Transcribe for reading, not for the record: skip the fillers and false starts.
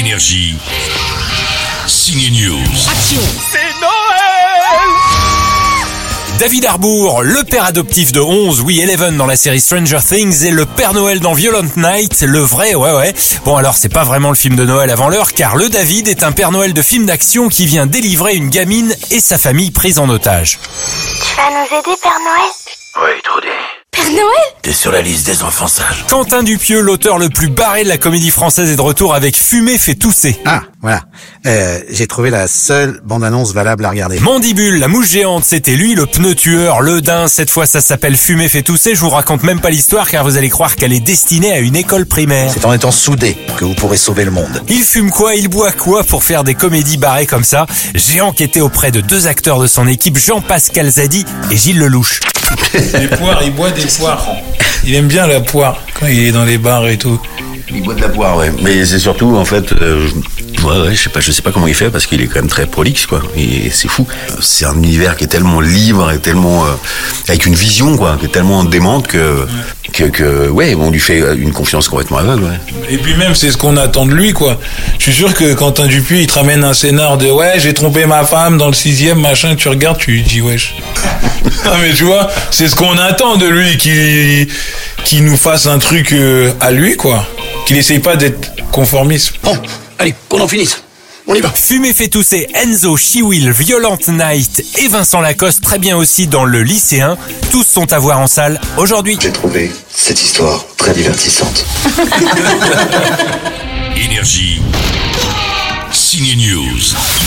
Énergie. Signe News. Action. C'est Noël! David Harbour, le père adoptif de 11, oui Eleven dans la série Stranger Things, et le Père Noël dans Violent Night, le vrai, ouais. Bon alors c'est pas vraiment le film de Noël avant l'heure, car le David est un Père Noël de film d'action qui vient délivrer une gamine et sa famille prise en otage. Tu vas nous aider, Père Noël? Oui, Trudy. Père Noël? T'es sur la liste des enfants sages. Quentin Dupieux, l'auteur le plus barré de la comédie française, est de retour avec Fumer fait tousser. Ah, voilà. J'ai trouvé la seule bande-annonce valable à regarder. Mandibule, la mouche géante, c'était lui, le pneu tueur, le daim. Cette fois, ça s'appelle Fumer fait tousser. Je vous raconte même pas l'histoire car vous allez croire qu'elle est destinée à une école primaire. C'est en étant soudés que vous pourrez sauver le monde. Il fume quoi, il boit quoi pour faire des comédies barrées comme ça? J'ai enquêté auprès de deux acteurs de son équipe, Jean-Pascal Zadi et Gilles Lelouch. Les poires, il boit des poires. Il aime bien la poire quand il est dans les bars et tout. Il boit de la poire, ouais. Mais c'est surtout, en fait, je sais pas comment il fait parce qu'il est quand même très prolixe, quoi. Et c'est fou. C'est un univers qui est tellement libre et tellement avec une vision, quoi, qui est tellement démente que on lui fait une confiance complètement aveugle, ouais. Et puis même, c'est ce qu'on attend de lui, quoi. Je suis sûr que Quentin Dupieux, il te ramène un scénar de j'ai trompé ma femme dans le 6e, machin, tu regardes, tu lui dis wesh. Non mais tu vois, c'est ce qu'on attend de lui, qu'il nous fasse un truc à lui, quoi. Qu'il essaye pas d'être conformiste. Bon, allez, qu'on en finisse. On y va. Fumer fait tousser Enzo, She-Will, Violent Night et Vincent Lacoste, très bien aussi dans Le Lycéen. Tous sont à voir en salle aujourd'hui. J'ai trouvé cette histoire très divertissante. Énergie. Signe News.